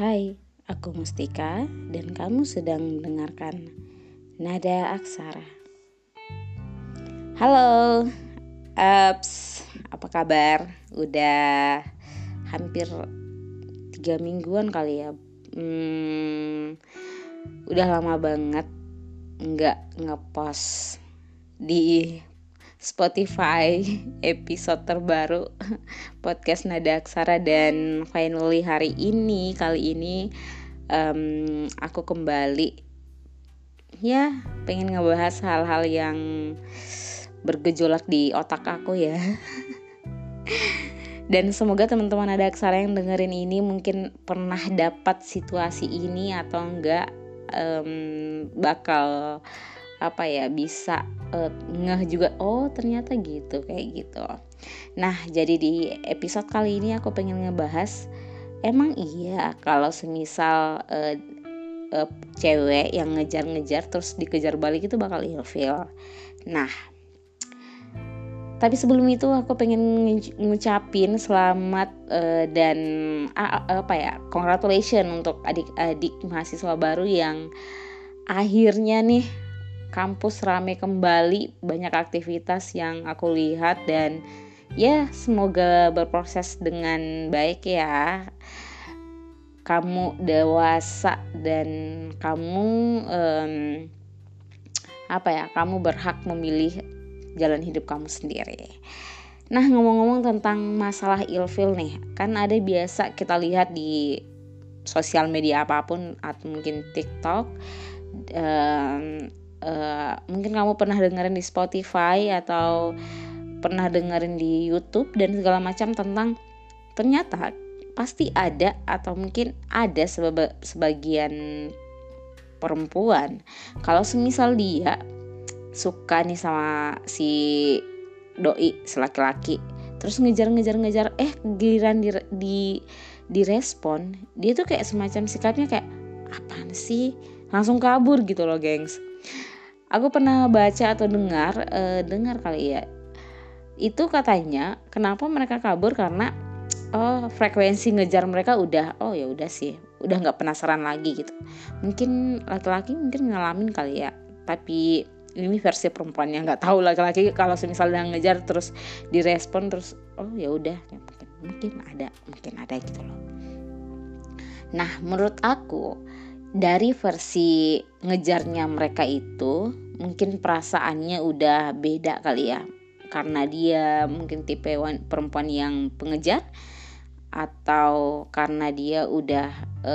Hai, aku Mustika dan kamu sedang mendengarkan Nada Aksara. Halo, apa kabar? Udah hampir 3 mingguan kali ya. Udah lama banget nggak ngepost di Spotify episode terbaru podcast Nada Aksara. Dan finally kali ini aku kembali ya pengen ngebahas hal-hal yang bergejolak di otak aku ya. Dan semoga teman-teman Nada Aksara yang dengerin ini mungkin pernah dapat situasi ini atau enggak bakal bisa ngeh juga, oh ternyata gitu, kayak gitu. Nah, jadi di episode kali ini aku pengen ngebahas, emang iya kalau semisal cewek yang ngejar-ngejar terus dikejar balik itu bakal ilfil. Nah, tapi sebelum itu aku pengen ngucapin selamat dan congratulations untuk adik-adik mahasiswa baru yang akhirnya nih kampus rame kembali, banyak aktivitas yang aku lihat, dan ya semoga berproses dengan baik ya. Kamu dewasa dan kamu kamu berhak memilih jalan hidup kamu sendiri. Nah, ngomong-ngomong tentang masalah ilfil nih, kan ada biasa kita lihat di sosial media apapun atau mungkin TikTok. Mungkin kamu pernah dengerin di Spotify atau pernah dengerin di YouTube dan segala macam tentang, ternyata pasti ada atau mungkin ada sebagian perempuan kalau semisal dia suka nih sama si doi laki-laki, terus ngejar giliran di respon, dia tuh kayak semacam sikapnya kayak apaan sih, langsung kabur gitu loh, gengs. Aku pernah baca atau dengar kali ya, itu katanya kenapa mereka kabur karena frekuensi ngejar mereka udah nggak penasaran lagi gitu. Mungkin laki-laki mungkin ngalamin kali ya, tapi ini versi perempuannya, nggak tahu laki-laki kalau misalnya ngejar terus direspon terus mungkin ada gitu loh. Nah, menurut aku dari versi ngejarnya mereka itu mungkin perasaannya udah beda kali ya, karena dia mungkin tipe perempuan yang pengejar, atau karena dia udah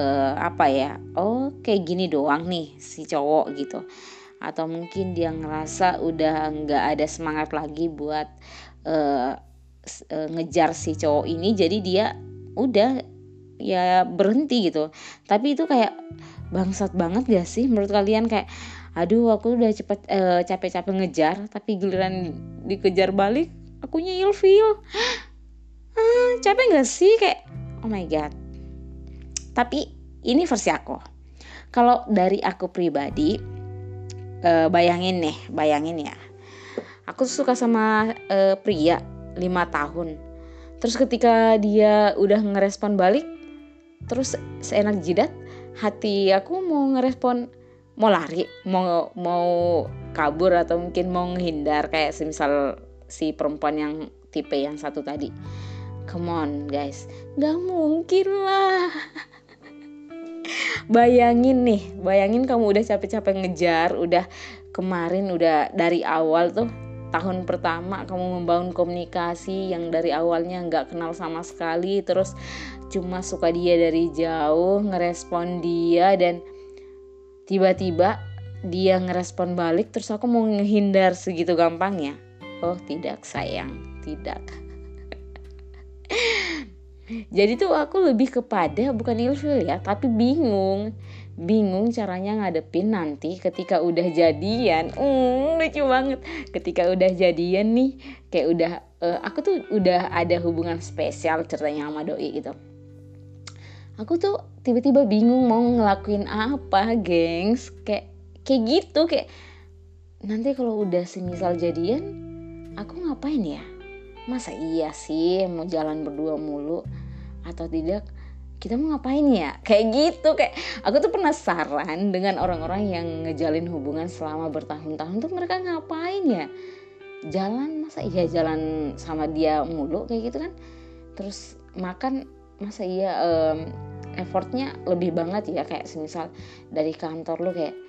kayak gini doang nih si cowok gitu, atau mungkin dia ngerasa udah nggak ada semangat lagi buat ngejar si cowok ini, jadi dia udah ya berhenti gitu. Tapi itu kayak bangsat banget gak sih menurut kalian? Kayak aduh, aku udah capek-capek ngejar, tapi giliran dikejar balik akunya ilfil. Capek gak sih? Kayak oh my god. Tapi ini versi aku. Kalau dari aku pribadi, bayangin ya, aku suka sama pria 5 tahun. Terus ketika dia udah ngerespon balik, terus seenak jidat, hati aku mau ngerespon, mau lari, mau kabur, atau mungkin mau menghindar kayak semisal si perempuan yang tipe yang satu tadi. Come on guys, gak mungkin lah. Bayangin kamu udah capek-capek ngejar, udah dari awal tuh, tahun pertama kamu membangun komunikasi yang dari awalnya gak kenal sama sekali, terus cuma suka dia dari jauh, ngerespon dia, dan tiba-tiba dia ngerespon balik, terus aku mau ngehindar segitu gampangnya. Oh tidak sayang, tidak. Jadi tuh aku lebih kepada bukan ilfil ya, tapi bingung caranya ngadepin nanti ketika udah jadian. Lucu banget, ketika udah jadian nih, kayak udah aku tuh udah ada hubungan spesial ceritanya sama doi gitu. Aku tuh tiba-tiba bingung mau ngelakuin apa, gengs. Kayak gitu, kayak nanti kalau udah semisal jadian, aku ngapain ya? Masa iya sih mau jalan berdua mulu? Atau tidak kita mau ngapain ya, kayak gitu. Kayak aku tuh penasaran dengan orang-orang yang ngejalin hubungan selama bertahun-tahun tuh mereka ngapain ya, jalan masa iya jalan sama dia mulu kayak gitu kan, terus makan masa iya effortnya lebih banget ya, kayak semisal dari kantor lu kayak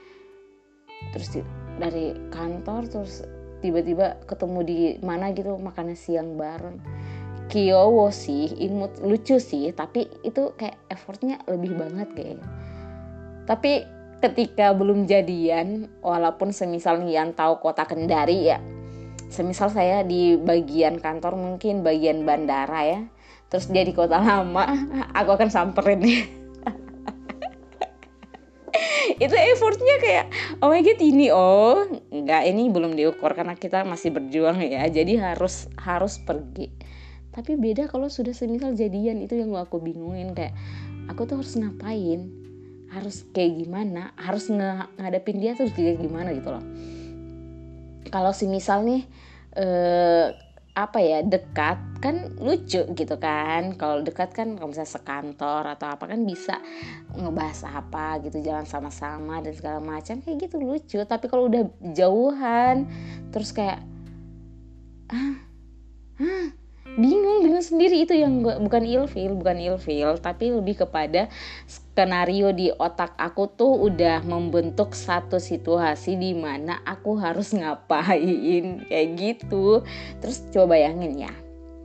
dari kantor terus tiba-tiba ketemu di mana gitu makan siang bareng. Kiowo sih, imut lucu sih, tapi itu kayak effortnya lebih banget kayak. Tapi ketika belum jadian, walaupun semisal nih yang tahu kota Kendari ya, semisal saya di bagian kantor mungkin bagian bandara ya, terus dia di kota lama, aku akan samperin nih. Itu effortnya kayak oh my god ini enggak, ini belum diukur karena kita masih berjuang ya, jadi harus pergi. Tapi beda kalau sudah semisal jadian, itu yang aku bingungin, kayak aku tuh harus ngapain, harus kayak gimana, harus ngadepin dia tuh kayak gimana gitu loh. Kalau semisal nih dekat kan lucu gitu kan, kalau dekat kan kalau misalnya sekantor atau apa kan bisa ngebahas apa gitu, jalan sama-sama dan segala macam kayak gitu lucu. Tapi kalau udah jauhan terus kayak bingung sendiri, itu yang bukan ilfil tapi lebih kepada skenario di otak aku tuh udah membentuk satu situasi di mana aku harus ngapain kayak gitu. Terus coba bayangin ya,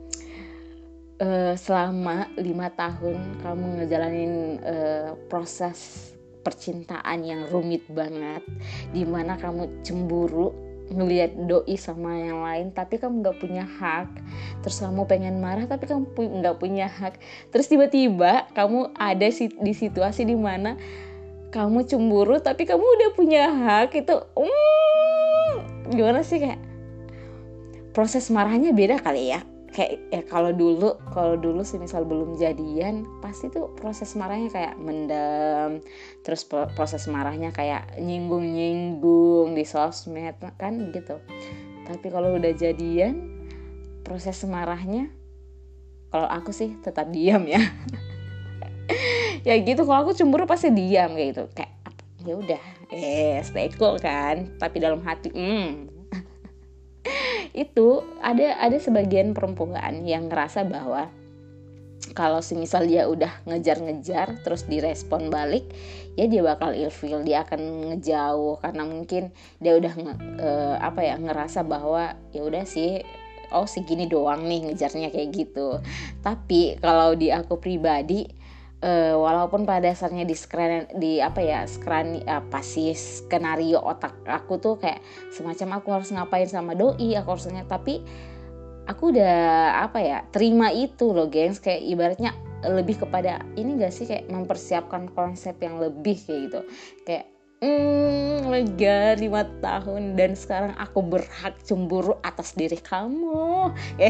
selama 5 tahun kamu ngejalanin proses percintaan yang rumit banget, di mana kamu cemburu ngelihat doi sama yang lain tapi kamu nggak punya hak, terus kamu pengen marah tapi kamu nggak punya hak, terus tiba-tiba kamu ada di situasi di mana kamu cemburu tapi kamu udah punya hak. Itu gimana sih, kayak proses marahnya beda kali ya. Kayak ya kalau dulu semisal belum jadian pasti tuh proses marahnya kayak mendem, terus proses marahnya kayak nyinggung di sosmed kan gitu. Tapi kalau udah jadian proses marahnya, kalau aku sih tetap diam ya. Ya gitu, kalau aku cemburu pasti diam kayak gitu, kayak ya udah stay cool kan, tapi dalam hati itu ada sebagian perempuan yang ngerasa bahwa kalau semisal dia udah ngejar terus direspon balik ya dia bakal ilfeel, dia akan ngejauh karena mungkin dia udah ngerasa bahwa ya udah sih segini doang nih ngejarnya kayak gitu. Tapi kalau di aku pribadi, walaupun pada dasarnya skenario otak aku tuh kayak semacam aku harus ngapain sama doi, aku harusnya, tapi aku udah terima itu loh gengs. Kayak ibaratnya lebih kepada ini gak sih, kayak mempersiapkan konsep yang lebih kayak gitu, kayak my god 5 tahun dan sekarang aku berhak cemburu atas diri kamu.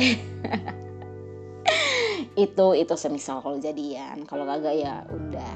itu semisal kalau jadian, kalau kagak ya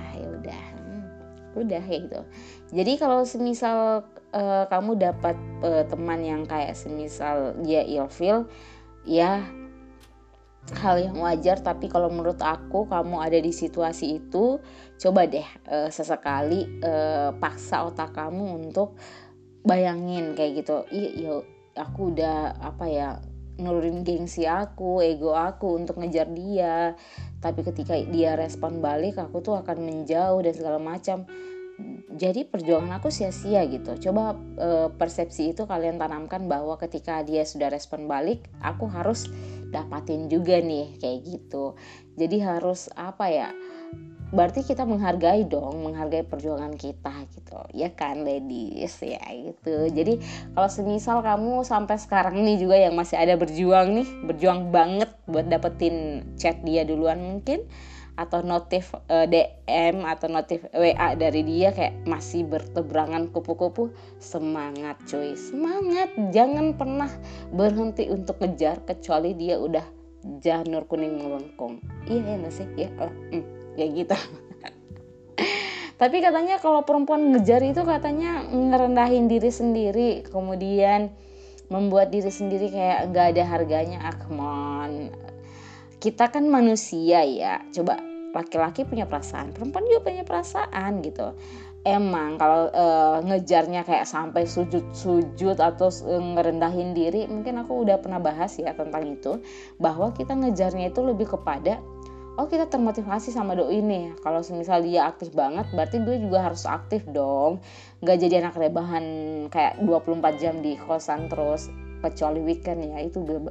udah kayak gitu. Jadi kalau semisal kamu dapat teman yang kayak semisal dia ilfil ya hal yang wajar, tapi kalau menurut aku kamu ada di situasi itu, coba deh sesekali paksa otak kamu untuk bayangin kayak gitu, iya aku udah nurunin gengsi aku, ego aku untuk ngejar dia, tapi ketika dia respon balik aku tuh akan menjauh dan segala macam. Jadi perjuangan aku sia-sia gitu. Coba persepsi itu kalian tanamkan bahwa ketika dia sudah respon balik, aku harus dapatin juga nih kayak gitu. Jadi harus berarti kita menghargai perjuangan kita gitu ya kan ladies ya gitu. Jadi kalau semisal kamu sampai sekarang nih juga yang masih ada berjuang banget buat dapetin chat dia duluan mungkin, atau notif DM atau notif WA dari dia kayak masih berteberangan kupu-kupu, semangat cuy, semangat, jangan pernah berhenti untuk ngejar kecuali dia udah janur kuning melengkung. Iya gak sih ya kayak gitu. Tapi katanya kalau perempuan ngejar itu katanya ngerendahin diri sendiri, kemudian membuat diri sendiri kayak gak ada harganya. Come on, kita kan manusia ya. Coba laki-laki punya perasaan, perempuan juga punya perasaan gitu. Emang kalau ngejarnya kayak sampai sujud-sujud atau ngerendahin diri, mungkin aku udah pernah bahas ya tentang itu, bahwa kita ngejarnya itu lebih kepada kita termotivasi sama doi nih. Kalau misal dia aktif banget, berarti gue juga harus aktif dong. Gak jadi anak rebahan kayak 24 jam di kosan terus, kecuali weekend ya.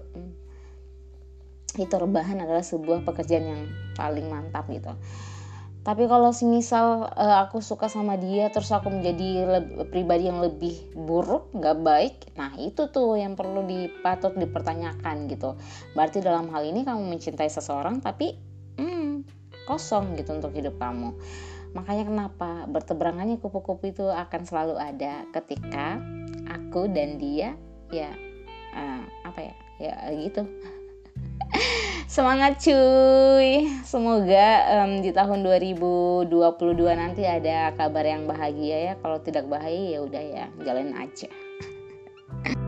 Itu rebahan adalah sebuah pekerjaan yang paling mantap gitu. Tapi kalau misal aku suka sama dia terus aku menjadi pribadi yang lebih buruk, gak baik, nah itu tuh yang perlu patut dipertanyakan gitu. Berarti dalam hal ini kamu mencintai seseorang tapi kosong gitu untuk hidup kamu. Makanya kenapa berteberangannya kupu-kupu itu akan selalu ada ketika aku dan dia ya gitu. Semangat cuy. Semoga di tahun 2022 nanti ada kabar yang bahagia ya. Kalau tidak bahagia ya udah ya, jalanin aja.